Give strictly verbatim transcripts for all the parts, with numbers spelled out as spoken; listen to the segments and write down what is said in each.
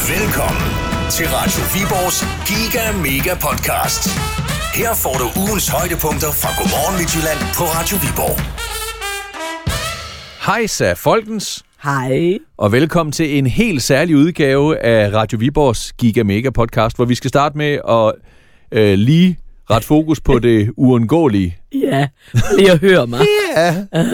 Velkommen til Radio Viborgs Giga Mega Podcast. Her får du ugens højdepunkter fra Godmorgen Midtjylland på Radio Viborg. Hej så folkens. Hej. Og velkommen til en helt særlig udgave af Radio Viborgs Giga Mega Podcast, hvor vi skal starte med at øh, lige rette fokus på det uundgåelige. Ja, lige at høre mig. Ja.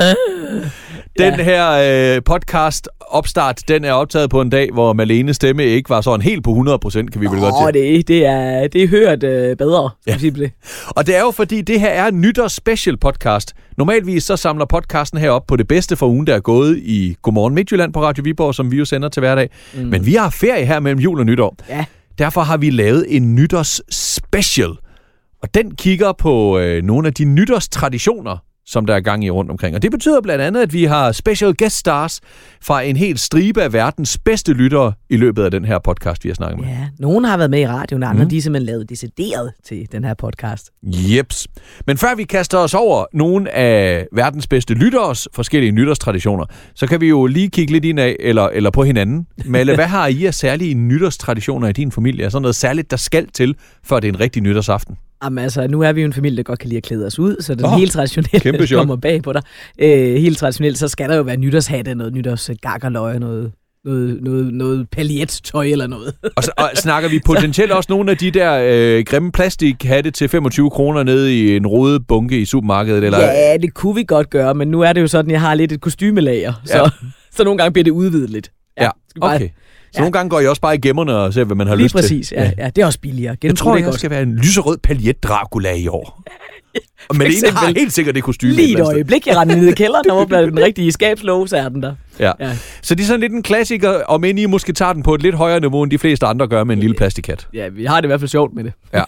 Den her øh, podcast opstart, den er optaget på en dag, hvor Malenes stemme ikke var sådan helt på hundrede procent, kan vi vel godt sige. Åh, det, det er det er hørt øh, bedre, ja. simpelthen. Og det er jo fordi, det her er en nytårs special podcast. Normalvis så samler podcasten her op på det bedste for ugen, der er gået i Godmorgen Midtjylland på Radio Viborg, som vi jo sender til hverdag. Mm. Men vi har ferie her mellem jul og nytår. Ja. Derfor har vi lavet en nytårs special. Og den kigger på øh, nogle af de nytårstraditioner, som der er gang i rundt omkring. Og det betyder blandt andet, at vi har special guest stars fra en helt stribe af verdens bedste lyttere i løbet af den her podcast, vi har snakket med. Ja, nogen har været med i radioen, andre mm. de er simpelthen lavet decideret til den her podcast. Jeps. Men før vi kaster os over nogle af verdens bedste lytteres forskellige nytårstraditioner, så kan vi jo lige kigge lidt ind af, eller, eller på hinanden. Malle, hvad har I af særlige nytårstraditioner i din familie? Er sådan noget særligt, der skal til, før det er en rigtig nytårsaften? Jamen altså, nu er vi jo en familie, der godt kan lide at klæde os ud, så den oh, helt traditionelle kommer bag på dig. Øh, helt traditionelt, så skal der jo være nytårshatte, noget nytårsgakkerløg, noget, noget, noget, noget paljettøj eller noget. og, så, og snakker vi potentielt også nogle af de der øh, grimme plastikhatte til femogtyve kroner nede i en rodet bunke i supermarkedet? Eller? Ja, det kunne vi godt gøre, men nu er det jo sådan, jeg har lidt et kostymelager, så, ja. så nogle gange bliver det udvidet lidt. Ja, ja okay. Så ja. Nogle gange går I også bare i gemmerne og ser, hvad man har Lige lyst præcis, til. Lige præcis, ja, ja. Det er også billigere. Jeg tror, det skal være en lyserød paljet Dracula i år. Og Malene har helt sikkert det kostyme. Lige et øjeblik, jeg rendte ned i kælderen, og åbner den rigtige skabslåge, så er den der. Ja. ja. Så det er sådan lidt en klassiker, og men I måske tager den på et lidt højere niveau, end de fleste andre gør med en lille plastikhat. Ja, vi har det i hvert fald sjovt med det. Ja.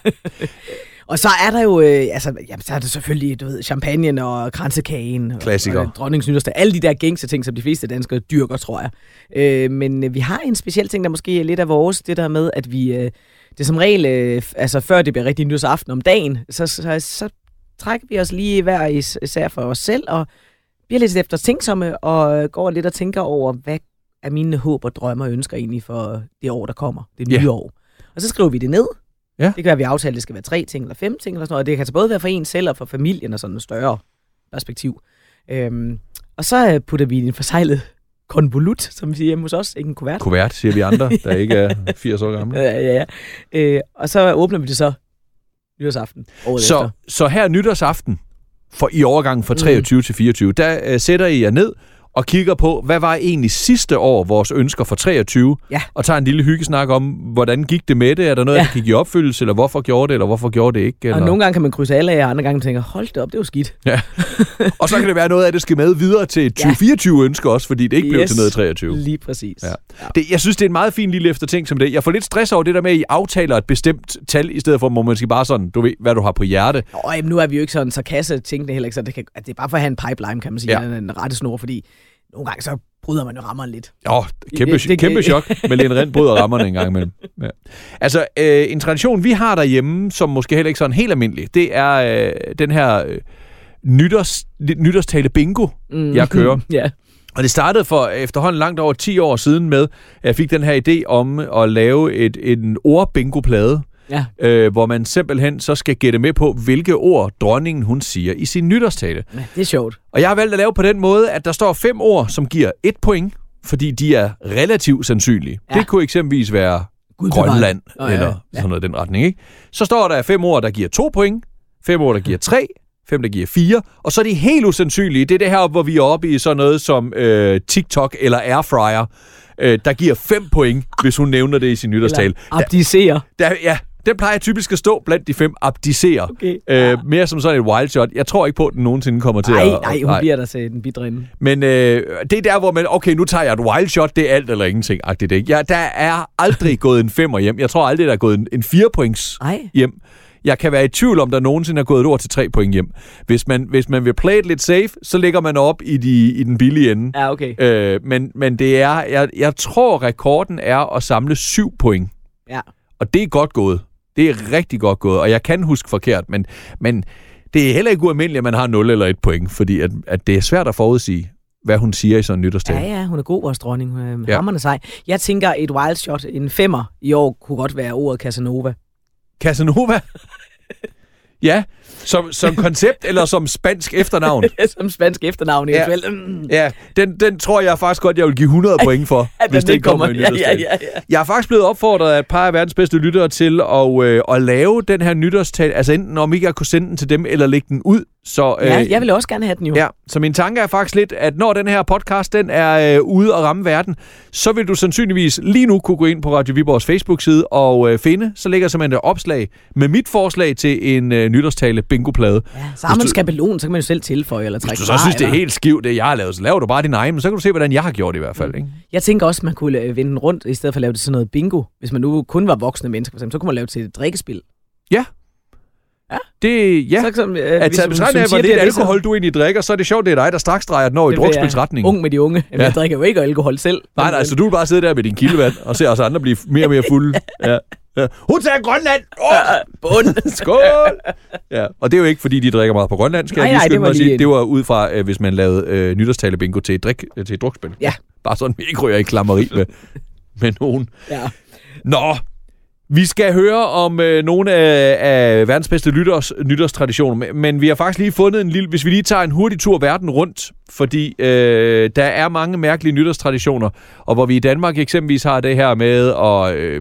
Og så er der jo, øh, altså, jamen, så er der selvfølgelig, du ved, champagne og kransekagen. Klassiker. Og, og dronningens nytårsdag. Alle de der gængse ting, som de fleste danskere dyrker, tror jeg. Øh, men øh, vi har en speciel ting, der måske er lidt af vores, det der med, at vi, øh, det er som regel, øh, altså før det bliver rigtig nytårsaften om dagen, så, så, så, så trækker vi os lige hver især for os selv, og bliver lidt efter tænksomme, og går lidt og tænker over, hvad er mine håb og drømmer og ønsker egentlig for det år, der kommer, det nye yeah. år. Og så skriver vi det ned. Ja. Det kan være, at vi aftaler, at det skal være tre ting eller fem ting eller sådan noget. Og det kan så både være for en selv og for familien og sådan et større perspektiv. Øhm, og så putter vi i en forsejlet konvolut, som vi siger hjemme hos os. Ikke en kuvert. Kuvert, siger vi andre, der ikke er firs år gamle. ja, ja, ja. Øh, og så åbner vi det så nytårsaften. Så, så her nytårsaften, for i overgangen fra treogtyve mm. til fireogtyve, der øh, sætter I jer ned og kigger på, hvad var egentlig sidste år vores ønsker for treogtyve, ja. og tager en lille hyggesnak om, hvordan gik det med det? Er der noget, ja. der gik i opfyldelse, eller hvorfor gjorde det, eller hvorfor gjorde det ikke? Eller? Og nogle gange kan man krydse alle af, og andre gange tænker, hold det op, det var skidt. Ja. Og så kan det være noget af det skal med videre til tyve fireogtyve ønsker også, fordi det ikke yes. blev til noget treogtyve. Lige præcis. Ja. Ja. Det, jeg synes, det er en meget fin lille eftertænk som det. Jeg får lidt stress over det der med, at I aftaler et bestemt tal, i stedet for, hvor man skal bare sådan, du ved, hvad du har på hjerte. Nå, jamen, nu er vi jo ikke sådan så kasse tænkende heller ikke, så det, kan, at det er bare for at have en pipeline, kan man sige, ja. en rettesnor, fordi nogle gange så bryder man jo rammeren lidt. Ja, kæmpe, det, det, kæmpe chok, men Lene Rind bryder rammerne en gang imellem. Ja. Altså, øh, en tradition, vi har derhjemme, som måske heller ikke sådan helt almindelig, det er øh, den her øh, nytårs, nytårstale bingo, mm. jeg kører. Yeah. Og det startede for efterhånden langt over ti år siden med, at jeg fik den her idé om at lave et, en ord-bingo-plade, ja. øh, hvor man simpelthen så skal gætte med på, hvilke ord dronningen hun siger i sin nytårstale. Ja, det er sjovt. Og jeg har valgt at lave på den måde, at der står fem ord, som giver et point, fordi de er relativt sandsynlige. Ja. Det kunne eksempelvis være Gud, Grønland, oh, eller ja, ja. sådan noget den retning, ikke? Så står der fem ord, der giver to point, fem ord, der giver tre, fem, der giver fire, og så er de helt usandsynlige. Det er det her, hvor vi er oppe i sådan noget som øh, TikTok eller Airfryer, øh, der giver fem point, hvis hun nævner det i sin nytårstale. Abdicere. Der, der, ja, den plejer typisk at stå blandt de fem abdicere. Okay. Ja. Øh, mere som sådan et wild shot. Jeg tror ikke på, at den nogensinde kommer til ej, at... Nej, hun bliver der til den bidrinde. Men øh, det er der, hvor man... Okay, nu tager jeg et wild shot, det er alt eller ingenting. Det ikke. Ja, der er aldrig gået en femmer hjem. Jeg tror aldrig, der er gået en, en fire points ej. hjem. Jeg kan være i tvivl om, der nogensinde er gået et ord til tre point hjem. Hvis man, hvis man vil play it lidt safe, så ligger man op i, de, i den billige ende. Ja, okay. Øh, men, men det er... Jeg, jeg tror, rekorden er at samle syv point. Ja. Og det er godt gået. Det er rigtig godt gået, og jeg kan huske forkert, men, men det er heller ikke ualmindeligt, at man har nul eller et point, fordi at, at det er svært at forudsige, hvad hun siger i sådan en nytårstale. Ja, ja, hun er god, vores dronning. Øh, ja. Hammerne sej. Jeg tænker, et wild shot, en femmer i år, kunne godt være ordet Casanova. Casanova? Ja, som, som koncept eller som spansk efternavn? Som spansk efternavn, ja. eventuelt. Mm. Ja, den, den tror jeg faktisk godt, jeg vil give hundrede point for, at hvis det kommer, kommer i ja, ja, ja, ja. Jeg er faktisk blevet opfordret af et par af verdens bedste lyttere til at, øh, at lave den her nytårstale, altså enten om ikke jeg kunne sende den til dem, eller lægge den ud. Så, øh, ja, jeg vil også gerne have den jo. Ja, så min tanke er faktisk lidt, at når den her podcast den er øh, ude og ramme verden, så vil du sandsynligvis lige nu kunne gå ind på Radio Viborgs Facebook-side og øh, finde, så ligger simpelthen et opslag med mit forslag til en øh, nytårstale bingoplade. Ja, så har man en skabelon, så kan man jo selv tilføje eller trække. Hvis du så synes, det er helt skivt, det jeg har lavet, så laver du bare din egen, men så kan du se, hvordan jeg har gjort det i hvert fald. Ikke? Jeg tænker også, man kunne vende den rundt, i stedet for at lave det sådan noget bingo. Hvis man nu kun var voksne mennesker, så kunne man lave det til et drikkespil. Ja. Ja. Det, ja. Så, som, øh, at tage betragtning af, hvor lidt alkohol du egentlig drikker, så er det sjovt, det er dig, der straks drejer den over i drukspilsretningen. Ung med de unge. Jamen, ja. Jeg drikker jo ikke alkohol selv. Nej, nej, så du vil bare sidde der med din kildevand og se os andre blive mere og mere fulde. Ja. Ja. Hun tager Grønland! Oh! Bund! Skål! Ja. Og det er jo ikke, fordi de drikker meget på Grønland, skal nej, jeg lige skynde mig at sige. En... Det var ud fra, øh, hvis man lavede øh, nytårstale bingo til et, drik, øh, til et drukspil. Ja. Bare sådan, vi ikke ryger i klammeri med, med nogen. Ja. Nå, vi skal høre om øh, nogle af, af verdens bedste lytters, nytårstraditioner, men vi har faktisk lige fundet en lille... Hvis vi lige tager en hurtig tur verden rundt, fordi øh, der er mange mærkelige nytårstraditioner, og hvor vi i Danmark eksempelvis har det her med at... Øh,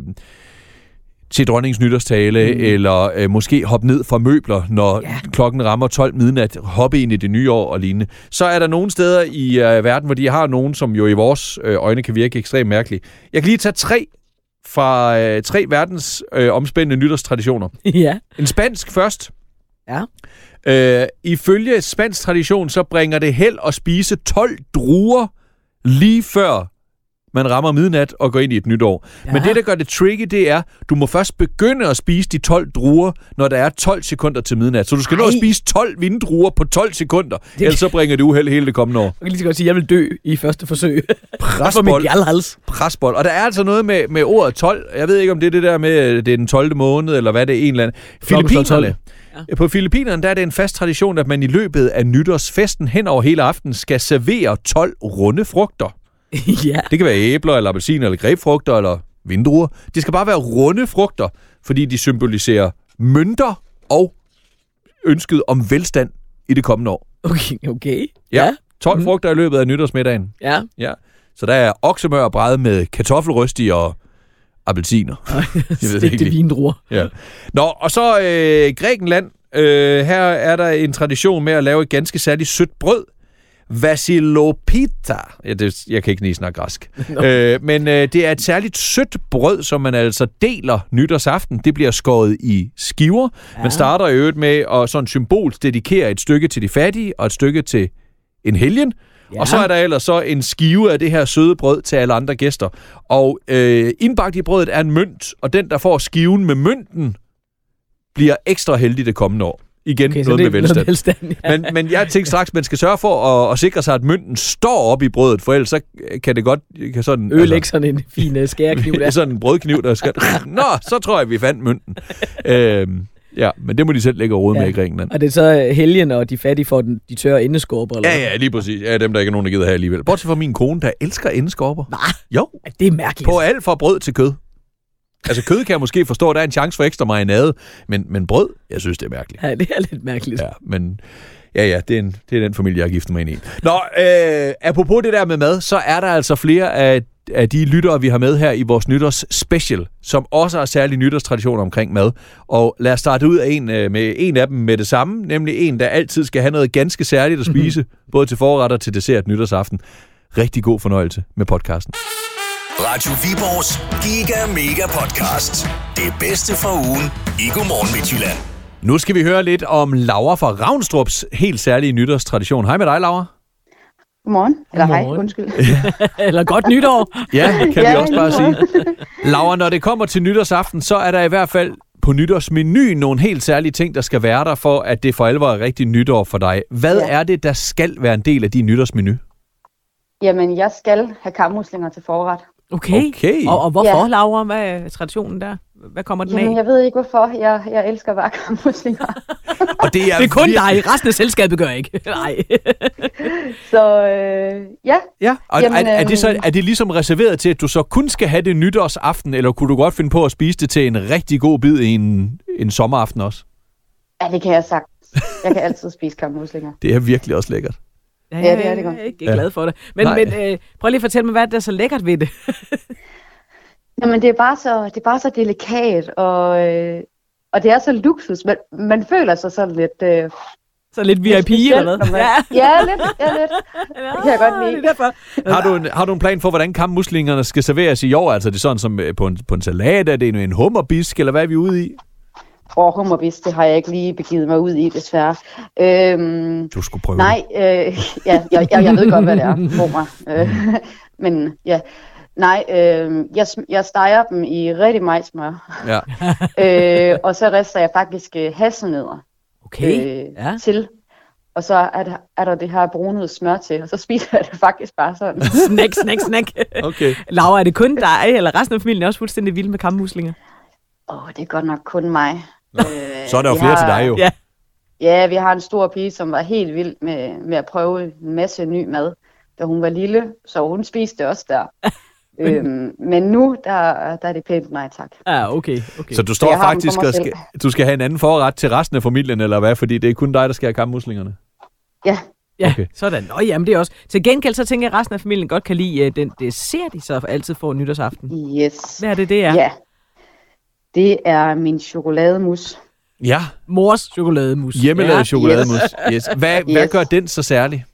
til dronningens nytårstale, mm. eller øh, måske hoppe ned fra møbler, når yeah. klokken rammer tolv midnat, hoppe ind i det nye år og lignende. Så er der nogle steder i øh, verden, hvor de har nogen, som jo i vores øh, øjne kan virke ekstremt mærkelige. Jeg kan lige tage tre fra øh, tre verdens øh, omspændende nytårstraditioner. Ja. En spansk først. Ja. Øh, ifølge spansk tradition, så bringer det held at spise tolv druer lige før man rammer midnat og går ind i et nyt år. Ja. Men det, der gør det tricky, det er, du må først begynde at spise de tolv druer, når der er tolv sekunder til midnat. Så du skal Ej. nå at spise tolv vindruer på tolv sekunder, det... ellers så bringer det uheld hele det kommende år. Jeg kan lige så godt sige, at jeg vil dø i første forsøg. Presbold. Presbold. Og der er altså noget med, med ordet tolv. Jeg ved ikke, om det er det der med, det er den tolvte måned, eller hvad det er en eller anden. Filippinerne. Ja. På Filippinerne, der er det en fast tradition, at man i løbet af nytårsfesten hen over hele aftenen skal servere tolv runde frugter. Ja. Det kan være æbler, eller appelsiner, eller grapefrugter, eller vindruer. Det skal bare være runde frugter, fordi de symboliserer mønter og ønsket om velstand i det kommende år. Okay, okay. Ja, tolv mm. frugter i løbet af nytårsmiddagen. Ja. Ja. Så der er oksemør og bræd med kartoffelrysti og appelsiner. Stegte vindruer. Ja. Nå, og så øh, Grækenland. Øh, her er der en tradition med at lave et ganske særligt sødt brød. Vasilopita. Ja, det, jeg kan ikke lige snakke græsk. No. Øh, men øh, det er et særligt sødt brød, som man altså deler nytårsaften. Det bliver skåret i skiver. Ja. Man starter i øvrigt med at sådan symbolsk dedikere et stykke til de fattige og et stykke til en helgen. Ja. Og så er der ellers så en skive af det her søde brød til alle andre gæster. Og øh, indbagt i brødet er en mønt, og den, der får skiven med mønten, bliver ekstra heldig det kommende år. Igen okay, noget med velstand. Noget velstand ja. men, men jeg tænkte straks, at man skal sørge for at, at sikre sig, at mønten står op i brødet, for ellers så kan det godt... Kan sådan, ødelægge altså, sådan en fin skærekniv der. Sådan en brødkniv, der skal... Nå, så tror jeg, vi fandt mønten. øhm, ja, men det må de selv lægge og rode ja. med i Grækenland. Og det er så helgen, og de fattige får den, de tørre endeskorper? Eller ja, ja, lige præcis. Ja, dem, der ikke er nogen, der gider have alligevel. Bortset fra min kone, der elsker endeskorper. Nej, jo. Det er mærkeligt. På alt fra brød til kød. Altså kød kan jeg måske forstå, at der er en chance for ekstra marinade, men, men brød, jeg synes, det er mærkeligt. Ja, det er lidt mærkeligt. Ja, men ja, ja, det er, en, det er den familie, jeg har giftet mig ind i. Nå, øh, apropos det der med mad, så er der altså flere af, af de lyttere, vi har med her i vores nytårs special, som også har særlige nytårstraditioner omkring mad. Og lad os starte ud af en, med en af dem med det samme, nemlig en, der altid skal have noget ganske særligt at spise, mm-hmm. både til forret og til dessert nytårsaften. Rigtig god fornøjelse med podcasten. Radio Viborgs Giga Mega Podcast. Det bedste fra ugen i Godmorgen Midtjylland. Nu skal vi høre lidt om Laura fra Ravnstrups helt særlige nytårstradition. Hej med dig, Laura. Godmorgen. Eller Godmorgen. hej, undskyld. Eller godt nytår. Ja, kan ja, vi også bare sige. Laura, når det kommer til nytårsaften, så er der i hvert fald på nytårsmenuen nogle helt særlige ting, der skal være der for, at det for alvor er rigtig nytår for dig. Hvad ja. er det, der skal være en del af din nytårsmenu? Jamen, jeg skal have kammuslinger til forret. Okay. okay. Og, og hvorfor, Ja. Laura? Hvad er traditionen der? Hvad kommer den Jamen, af? jeg ved ikke hvorfor. Jeg, jeg elsker bare kammuslinger. Og det er, Det er kun virkelig- dig. Resten af selskabet gør ikke. Nej. Så øh, ja. Ja, og Jamen, er, er, det så, øhm, er det ligesom reserveret til, at du så kun skal have det nytårsaften, eller kunne du godt finde på at spise det til en rigtig god bid i en, en sommeraften også? Ja, det kan jeg sagt. Jeg kan altid spise kammuslinger. Det er virkelig også lækkert. Ja, Ja, det er det godt. Jeg er ikke glad for det. Men, Nej. men øh, prøv lige at fortælle mig, hvad der er så lækkert ved det. Jamen, det er bare så, det er bare så delikat, og, øh, og det er så luksus. Man, man føler sig sådan lidt... Øh, Så lidt V I P specielt, eller hvad? når man- Ja, Ja, lidt. Ja, lidt. Det kan jeg godt lide. Det er derfor. Har du, en, har du en plan for, hvordan kammuslingerne skal serveres i år? Altså er det sådan som øh, på en, på en salat? Er det en, en hummerbisk, eller hvad er vi ude i? Åh, hummerbisk, det har jeg ikke lige begivet mig ud i, desværre. Øhm, Du skulle prøve nej, øh, ja, jeg, jeg, jeg ved godt, hvad det er. Hummer. Øh, men ja, nej, øh, jeg, sm- jeg steger dem i rigtig majsmør. Ja. øh, og så rester jeg faktisk øh, hasselnødder Okay, øh, ja. til. Og så er der, er der det her brunede smør til, og så spiser jeg det faktisk bare sådan. Snack, snack, snack. Okay. Laura, er det kun dig, eller resten af familien er også fuldstændig vild med kammuslinger? Åh, oh, det er godt nok kun mig. Øh, Så er der jo vi flere til har- dig jo. Ja. Ja, vi har en stor pige, som var helt vild med, med at prøve en masse ny mad, da hun var lille, så hun spiste det også der. øhm, men nu, der, der er det pænt nej tak. Ja, okay, okay. Så du står Jeg har dem faktisk for mig og skal, selv. du skal have en anden forret til resten af familien, eller hvad? Fordi det er kun dig, der skal have kammuslingerne. Ja, Ja, Okay. sådan. Nå, jamen det er også. Til gengæld så tænker jeg, at resten af familien godt kan lide uh, den dessert, de så altid får nytårsaften. yes. Hvad er det, det er? Ja. Det er min chokolademus. Ja, Mors chokolademus. hjemmelavet Ja. chokolademus. Yes. Hvad, hvad Yes. gør den så særlig?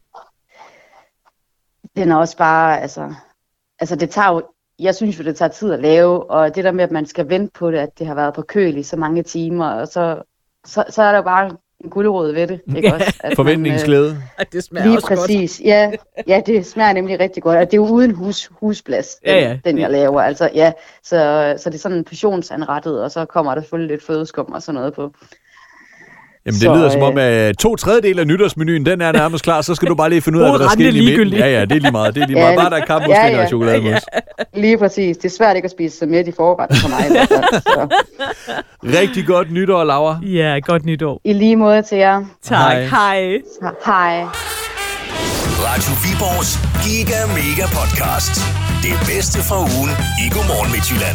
Den er også bare, altså, altså det tager jo, jeg synes jo, det tager tid at lave, og det der med, at man skal vente på det, at det har været på køl i så mange timer, og så, så, så er der jo bare en gulerod ved det, ikke også? At man, Forventningsglæde. Ja, det smager Lige også præcis, ja, ja, det smager nemlig rigtig godt, og det er jo uden hus, husplads, den, Ja, ja, den jeg det- laver, altså ja, så, så det er sådan portionsanrettet, og så kommer der selvfølgelig lidt flødeskum og sådan noget på. Jamen det Så, lyder som øh, om, at to tredjedel af nytårsmenuen, den er nærmest klar, så skal du bare lige finde ud af, hvad der Hovedretten sker er i midten. ligegyldigt. Ja, ja, det er lige meget. Det er lige Ja, meget. Bare der er kammuslinger ja, ja. og chokolademus. Lige præcis, det er svært ikke at spise så midt i forretten for mig i hvert fald, så. Rigtig godt nytår, Laura. godt. Ja, godt nytår. I lige måde til jer. Tak. Hej. Hej. Så, hej. Radio Viborgs Giga Mega Podcast. Det bedste fra ugen i Godmorgen Midtjylland.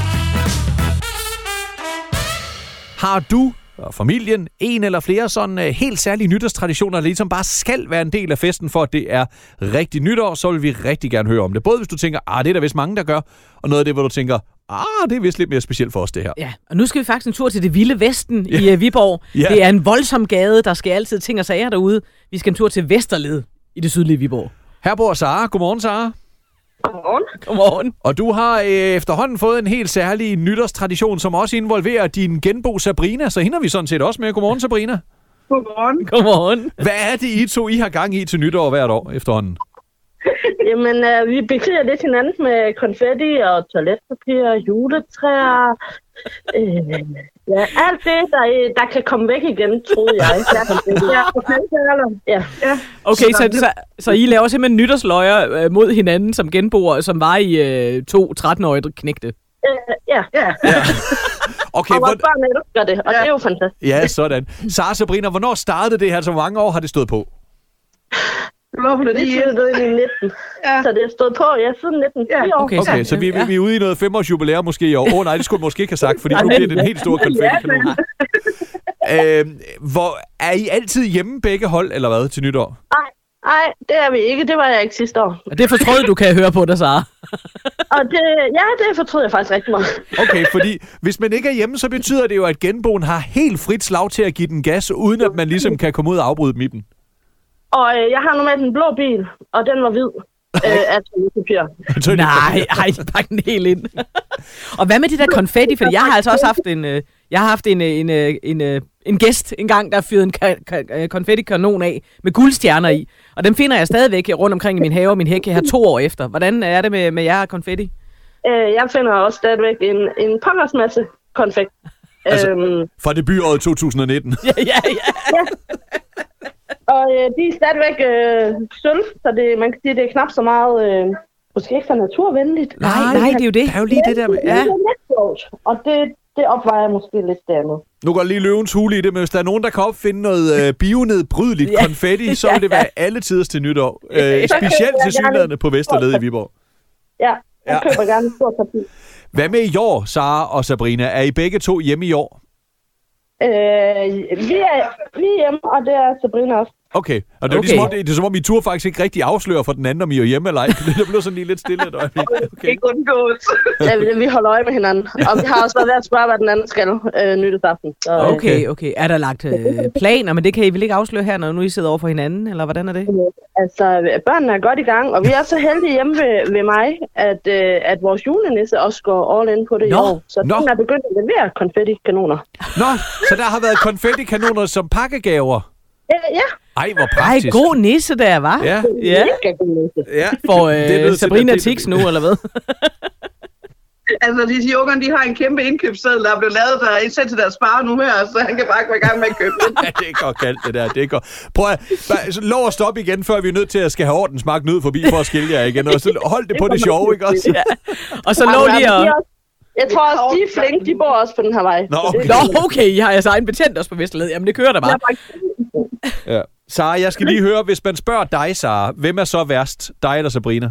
Har du og familien en eller flere sådan uh, helt særlige nytårstraditioner, der ligesom bare skal være en del af festen, for at det er rigtig nytår, så vil vi rigtig gerne høre om det. Både hvis du tænker, ah, det er der vist mange, der gør, og noget af det, hvor du tænker, ah, det er vist lidt mere specielt for os, det her. Ja, og nu skal vi faktisk en tur til det vilde Vesten ja. i uh, Viborg. Ja. Det er en voldsom gade, der skal altid ting og sager derude. Vi skal en tur til Vesterled i det sydlige Viborg. Her bor Sara. Godmorgen, Sara. Godmorgen. Godmorgen. Og du har øh, efterhånden fået en helt særlig nytårstradition, som også involverer din genbo Sabrina, så hende er vi sådan set også med. Godmorgen, Sabrina. Godmorgen. Godmorgen. Hvad er det, I to I har gang i til nytår hvert år efterhånden? Jamen, øh, vi beklæder lidt hinanden med konfetti og toiletpapir, juletræer. Øh, ja, alt det, der, der kan komme væk igen, troede jeg. Ja, ja, ja. Okay, så, så, så I laver simpelthen nytårsløjer øh, mod hinanden som genboer, som var i øh, to tretten-årige knægte. Øh, ja. ja. Okay, Og vores hvor... børn elsker det, og ja. det er jo fantastisk. Ja, sådan. Sara Sabrina, hvornår startede det her? Så hvor mange år har det stået på? Det sluttede ind i nitten. Ja. Så det er stået på, ja, siden nitten. Ja. Okay, Okay, så vi, vi, vi er ude i noget femårs jubilæum måske i år. Åh oh, nej, det skulle du måske ikke have sagt, fordi nu bliver det en helt stor konfettikanon. Øh, hvor er I altid hjemme begge hold, eller hvad, til nytår? Nej, nej, det er vi ikke. Det var jeg ikke sidste år. Og det fortrød du, kan jeg høre på dig, Sara. Og det, ja, det fortryder jeg faktisk rigtig meget. Okay, fordi hvis man ikke er hjemme, så betyder det jo, at genboen har helt frit slag til at give den gas, uden at man ligesom kan komme ud og afbryde dem i den. Og øh, jeg har normalt en blå bil, og den var hvid. Øh, af toiletpapir. Nej, ej, pak den helt ind. Og hvad med de der konfetti? Fordi jeg har altså også haft en, øh, jeg har haft en, øh, en, øh, en, øh, en gæst engang, der fyrede en ka- ka- konfettikanon af med guldstjerner i. Og dem finder jeg stadigvæk rundt omkring i min have og min hække her to år efter. Hvordan er det med, med jer konfetti? Øh, jeg finder også stadigvæk en, en pokkers masse konfekt. Altså, øhm, fra debutåret to tusind nitten. Ja, ja, ja. og øh, de er stadigvæk øh, sølv, så det, man kan sige, det er knap så meget øh, måske ikke så naturvenligt. Nej, nej, det er jo det. Der er jo lige det der med... Ja. Det er lidt sjovt, og det, det opvejer måske lidt dernede. Nu går lige løvens hule i det, men hvis der er nogen, der kan opfinde noget øh, bionedbrydeligt ja. konfetti, så vil det være alle tiders til nytår. Øh, specielt til synligheden på Vesterled i Viborg. Ja, jeg ja. køber gerne en stor papir. Hvad med i år, Sara og Sabrina? Er I begge to hjemme i år? Øh, vi, er, vi er hjemme, og det er Sabrina også. Okay, og det er, okay. Ligesom, det, det er som om, I tur faktisk ikke rigtig afslører for den anden, om I er hjemme eller ej. Det blev sådan lige lidt stille et øjeblik. Okay. Ikke undgået. Ja, vi holder øje med hinanden. Og vi har også været ved at spørge, hvad den anden skal øh, nytårsaften. Så, øh. Okay, okay. Er der lagt øh, planer, men det kan I vel ikke afsløre her, når nu I sidder over for hinanden, eller hvordan er det? Altså, børnene er godt i gang, og vi er så heldige hjemme ved, ved mig, at, øh, at vores julenisse også går all in på det Nå. i år. Så Nå. den er begyndt at levere konfetti-kanoner. Nå, så der har været konfetti-kanoner som pakkegaver? Ja, ja. Ej, hvor praktisk. Ej, god nisse der, var. Ja. Ja. ja. For øh, Sabrina Tix nu, eller hvad? Altså, de siger, ungerne, de har en kæmpe indkøbsseddel, der er blevet lavet, der er sendt til deres far nu her, så han kan bare gå i gang med at købe det. Ja, det er godt kaldt, det der. Det er godt. Prøv at lov at stoppe igen, før vi er nødt til at skal have ordensmagt ud forbi for at skille jer igen. Og så hold det på det sjove, ikke også? Ja. Og så lov lige at... Jeg tror også, de er flinke, de bor også på den her vej. Nå, okay. Nå, okay. I har jeres egen betjent også på Vesterled. Jamen, det kører da bare. Ja. Sara, jeg skal lige høre, hvis man spørger dig, Sara, hvem er så værst? Dig eller Sabrina?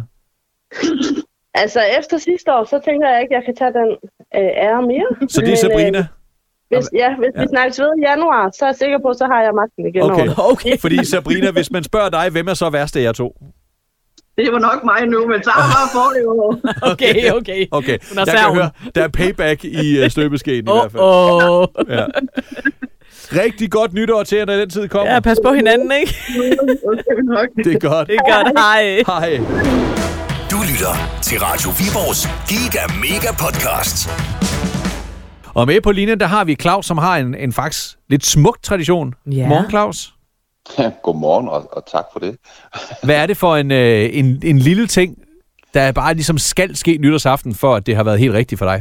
Altså, efter sidste år, så tænker jeg ikke, at jeg kan tage den øh, ære mere. Så det er Sabrina? Men, øh, hvis, ja, hvis ja. vi snakkes ved i januar, så er jeg sikker på, så har jeg magten igen okay. over. Okay. Fordi Sabrina, hvis man spørger dig, hvem er så værst af jer to? Det var nok mig nu, men så har jeg bare for det jo. Okay, okay. Okay, jeg kan høre, der er payback i uh, støbeskeen oh, i hvert fald. Oh. Ja. Rigtig godt nytår til jer, når den tid kommer. Ja, pas på hinanden, ikke? Det er godt. Det er godt, hej. Hej. Du lytter til Radio Viborgs Giga Mega Podcast. Og med på linjen, der har vi Claus, som har en, en faktisk lidt smuk tradition. Ja. Morgen, Claus. Ja, godmorgen, og, og tak for det. Hvad er det for en, øh, en, en lille ting, der bare ligesom skal ske nytårsaften, for at det har været helt rigtigt for dig?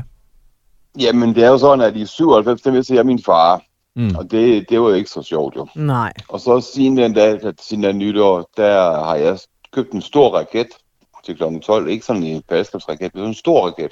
Jamen, det er jo sådan, at i syvoghalvfems, der vil jeg min far. Mm. Og det, det var jo ikke så sjovt, jo. Nej. Og så siden den dag, siden den nytår, der har jeg købt en stor raket til klokken tolv. Ikke sådan en faldskabsraket, men sådan en stor raket,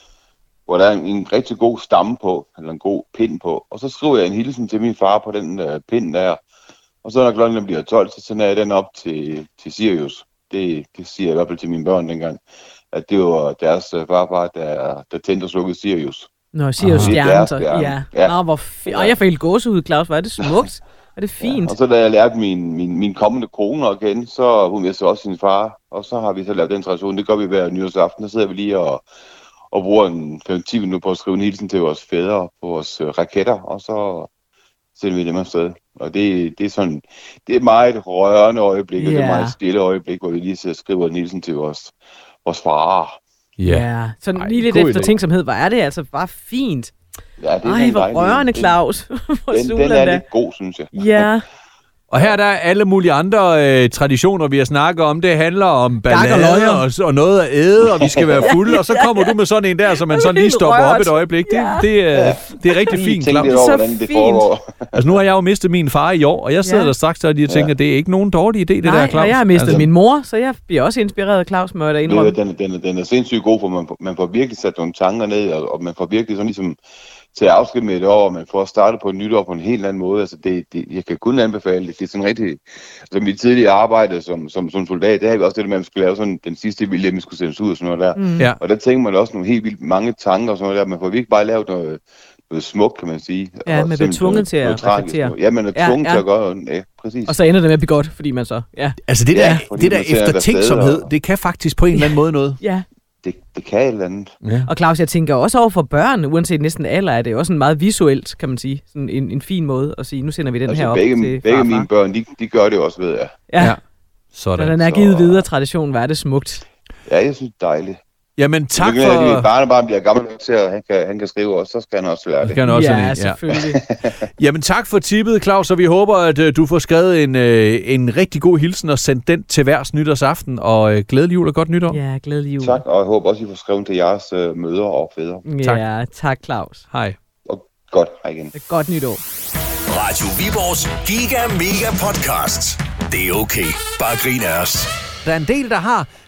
hvor der er en, en rigtig god stamme på, eller en god pind på. Og så skriver jeg en hilsen til min far på den uh, pind der. Og så når klokken bliver tolv, så sender jeg den op til, til Sirius. Det, det siger jeg i hvert fald til mine børn dengang, at det var deres uh, farfar, der, der tændte og slukkede Sirius. Nå, Sirius stjerne, så. Ja. ja. Nå, hvor fint. Og jeg får helt gåsehud, Claus. Hvor er det smukt. Er det fint. Ja, og så da jeg lærte min, min, min kommende kone at kende, så hun jeg så også sin far. Og så har vi så lavet den tradition. Det gør vi hver nytårsaften. Så sidder vi lige og, og bruger en fem til ti minutter på at skrive en hilsen til vores fædre på vores uh, raketter. Og så sender vi dem afsted. Og det, det er sådan, det er meget et rørende øjeblik, yeah. og det er meget stille øjeblik, hvor vi lige så skriver en hilsen til vores, vores far. Ja, yeah. Sådan Ej, lige lidt efter tænksomhed. Hvor er det altså bare fint. Ja, det er Ej, hvor rørende, Claus. Den, den, den er lidt god, synes jeg. Ja. Og her der er alle mulige andre øh, traditioner, vi har snakket om. Det handler om ballade og, og, og noget at æde, og vi skal være fulde. Og så kommer du med sådan en der, så man sådan lige stopper op et øjeblik. Det, det, det, er, det er rigtig fint, Claus. Det er så fint. Altså nu har jeg jo mistet min far i år, og jeg sidder ja. der straks og lige tænker, ja. det er ikke nogen dårlig idé, det Nej, der, Claus. Nej, jeg har mistet altså, min mor, så jeg bliver også inspireret af Claus, må jeg da indrømme. Den, den, den er sindssygt god, for man, man får virkelig sat nogle tanker ned, og, og man får virkelig sådan ligesom til at afsked med et år, og man får at starte på et nyt år på en helt anden måde. Altså det, det, jeg kan kun anbefale det. Det er sådan rigtig... Altså mit tidligere arbejde som, som, som soldat, der har vi også det, at man skulle lave sådan den sidste vilje, man skulle sendes ud og sådan noget der. Mm. Ja. Og der tænker man også nogle helt vildt mange tanker og sådan noget der. Man får virkelig bare lavet noget, noget smukt, kan man sige. Ja, man bliver tvunget til at reflektere. Ja, man er tvunget ja, ja. til at gøre ja, præcis. Og så ender det med at blive godt, fordi man så... Ja. Altså det der, ja, det der eftertænksomhed, og... det kan faktisk på en eller anden måde noget. Ja. Det, det kan et eller andet. Ja. Og Claus, jeg tænker også over for børn, uanset næsten alder, er det også en meget visuelt, kan man sige. Sådan en, en fin måde at sige, nu sender vi den altså, her op begge, til begge farfar. mine børn, de, de gør det også, ved jeg. Ja, ja. Sådan. Så den er givet videre tradition, hvad er det smukt. Ja, jeg synes det er dejligt. Jamen tak for... for... Min barnebarn bliver gammel nok til, at han kan, han kan skrive også, så skal han også lære det. Skal han også ja, en, selvfølgelig. Jamen tak for tippet, Claus, og vi håber, at uh, du får skrevet en, uh, en rigtig god hilsen og sendt den til hver nytårsaften, og uh, glædelig jul og godt nytår. Ja, glædelig jul. Tak, og jeg håber også, I får skrevet til jeres uh, mødre og fædre. Tak. Ja, tak Claus. Hej. Og godt, hej igen. Godt nytår. Radio Viborgs Giga Mega Podcast. Det er okay. Bare grin af os. Der er en del, der har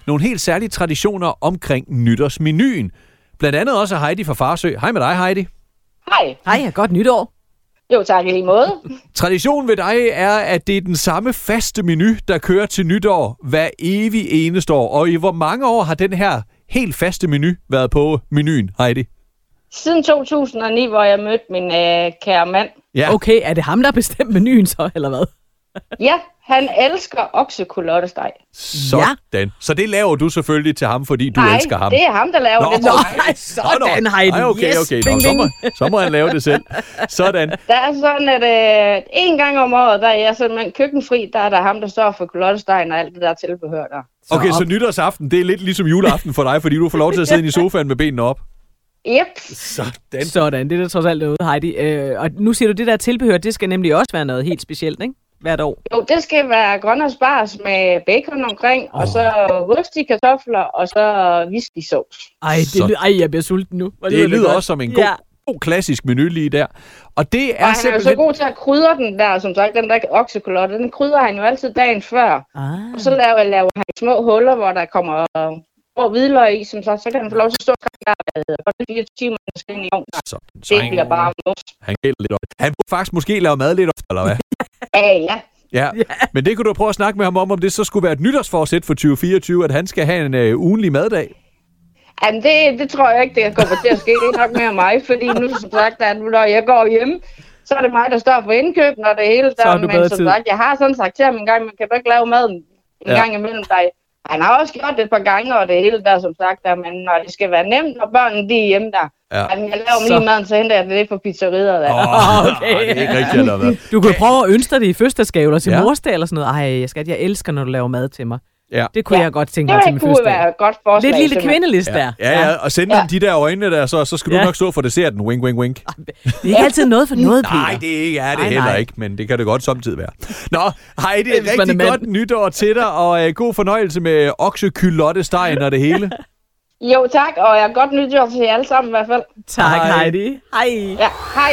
nogle helt særlige traditioner omkring nytårsmenuen. Blandt andet også Heidi fra Farsø. Hej med dig, Heidi. Hej. Hej, godt nytår. Jo, tak i lige måde. Traditionen ved dig er, at det er den samme faste menu, der kører til nytår hver evig eneste år. Og i hvor mange år har den her helt faste menu været på menuen, Heidi? Siden to tusind og ni, hvor jeg mødte min øh, kære mand. Ja. Okay, er det ham, der har bestemt menuen så, eller hvad? Ja, han elsker oksekolottesteg. Sådan. Ja. Så det laver du selvfølgelig til ham, fordi du Nej, elsker ham. det er ham, der laver Nå, det. Nej, sådan, Heidi. Ej, okay, Yes, okay. Nå, bing, så, bing. må, så må han lave det selv. Sådan. Der er sådan, at øh, en gang om året, der er jeg simpelthen køkkenfri, der er der ham, der står for kolottestegen og alt det der tilbehør der. Okay, så nytårsaften, det er lidt ligesom juleaften for dig, fordi du får lov til at sidde inde i sofaen med benene op. Yep. Sådan. Sådan, det er da trods alt noget, Heidi. Øh, og nu siger du, det der tilbehør, det skal nemlig også være noget helt specielt, ikke? Hvert år. Jo, det skal være grønne asparges med bacon omkring, oh. og så røstige kartofler, og så whisky-sovs. Ej, det lyder, ej, jeg bliver sulten nu. Hvor Det, det lyder godt. også som en god, Ja. god klassisk menu lige der. Og det er Og han er jo simpelthen... så god til at krydre den der, som sagt, den der oksekolotte, den krydrer han jo altid dagen før. Ah. Og så laver, laver han små huller, hvor der kommer hvor hvidløg i, som sagt, så kan han få lov til at stå der fire timer ind i ovnen. Så, så Det han, bliver bare mus. han gælder lidt op. Han burde faktisk måske lave mad lidt ofte, eller hvad? Ja, ja. Ja, men det kunne du prøve at snakke med ham om, om det så skulle være et nytårsforsæt for tyve fireogtyve, at han skal have en øh, ugenlig maddag. Jamen, det, det tror jeg ikke, det kommer til at ske. Det er nok mere mig, fordi nu, som sagt, at når jeg går hjem, så er det mig, der står for indkøben og det hele. Så har Der, du men bedre som tid. sagt, jeg har sådan sagt til ham en gang, man kan da ikke lave maden en Ja. gang imellem dig. Han har også gjort det et par gange, og det hele der, som sagt, der, men når det skal være nemt, når børnene de er hjemme der. Ja. Ja. Jeg laver lige maden, så henter jeg det lidt på pizzeriet der. Åh, Okay. det er ikke rigtigt, eller hvad? Du kan prøve at ønske dig det i fødselsdagsgave eller til Ja. ja. morsdag eller sådan noget. Ej, jeg, skat, jeg elsker, når du laver mad til mig. Ja. Det kunne Ja. jeg godt tænke Det mig til vil min kunne fødselsdag. være et godt forslag. Lidt lille simpelthen. kvindeliste der. Ja, ja, og send ham Ja. de der øjne der, så, så skal du Ja. nok stå for desserten. Wink, wink, wink. Det er ikke altid noget for noget, Peter. Nej, det er ikke, er det Nej, heller nej. ikke, men det kan det godt samtidig være. Nå, Heidi, Hvis man er rigtig mand. godt nytår til dig, og uh, god fornøjelse med oksekylottestegen og det hele. Jo, tak, og jeg godt nytår til jer alle sammen i hvert fald. Tak, Hej. Heidi. Hej. Ja, hej.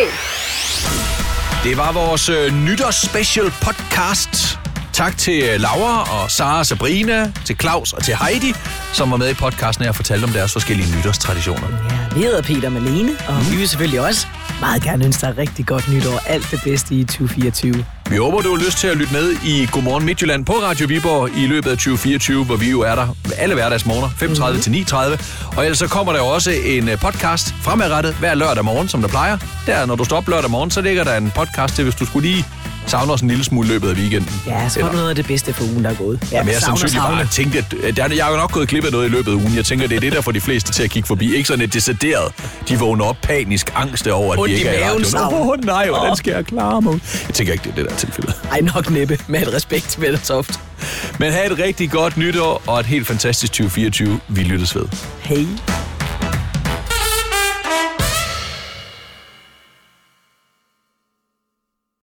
Det var vores øh, nytårsspecial podcast. Tak til øh, Laura og Sara og Sabrina, til Claus og til Heidi, som var med i podcasten her og fortalte om deres forskellige nytårstraditioner. Ja, vi hedder Peter Malene, og vi vil selvfølgelig også meget gerne ønske dig rigtig godt nytår. Alt det bedste i tyve fireogtyve. Vi håber, du har lyst til at lytte med i Godmorgen Midtjylland på Radio Viborg i løbet af tyve fireogtyve, hvor vi jo er der alle hverdagsmorgener, fem tredive til ni tredive. Og ellers så kommer der jo også en øh, podcast fremadrettet hver lørdag morgen, som der plejer. Der, når du står op lørdag morgen, så ligger der en podcast til, hvis du skulle lige savne os en lille smule i løbet af weekenden. Ja, så var det noget af det bedste for ugen, der er gået. Ja, Ja, men jeg savner, sandsynligt savner. bare tænkte, at øh, der, jeg har jo nok gået glip af noget i løbet af ugen. Jeg tænker, det er det, der får de fleste til at kigge forbi. Ikke sådan et decideret. De vågner op panisk angste over, at Ondt de i ikke er i maven, radioen. savn. Åh oh, nej, hvordan skal jeg klare mig? Jeg tænker ikke, det er det der tilfælde. Ej, nok næppe. Med et respekt med det soft. Men have et rigtig godt nytår og et helt fantastisk tyve fireogtyve. Vi lyttes ved. Hej.